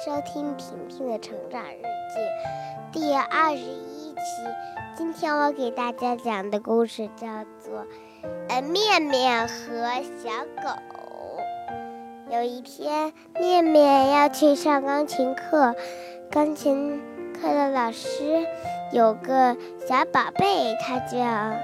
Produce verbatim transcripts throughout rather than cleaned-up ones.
收听婷婷的成长日记第二十一期。今天我给大家讲的故事叫做呃，面面和小狗。有一天，面面要去上钢琴课，钢琴课的老师有个小宝贝，他叫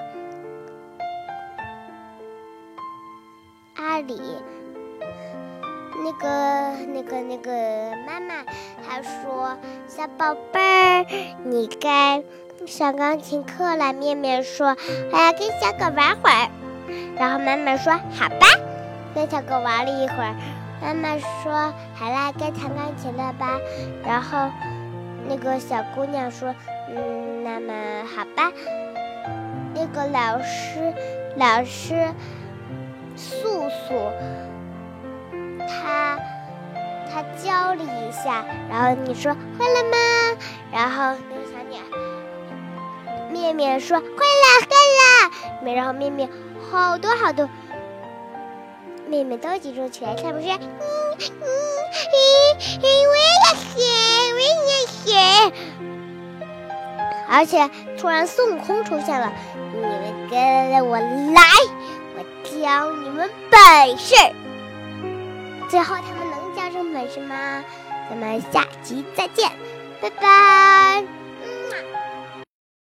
阿里。那个、那个、那个妈妈她说：“小宝贝儿，你该上钢琴课了。”面面说：“我要跟小狗玩会儿。”然后妈妈说：“好吧。”跟小狗玩了一会儿，妈妈说：“好啦，该弹钢琴了吧？”然后那个小姑娘说：“嗯，那么好吧。”那个老师，老师素素。他他教了一下，然后你说会了吗？然后那个小鸟面面说会了会了，然后面面好多好多妹妹都集中起来，是不是？嗯嗯嗯嗯，我也要学，我也要学。而且突然孙悟空出现了，你们跟着我来，我教你们本事。最后他们能教成本事吗？咱们下期再见，拜拜。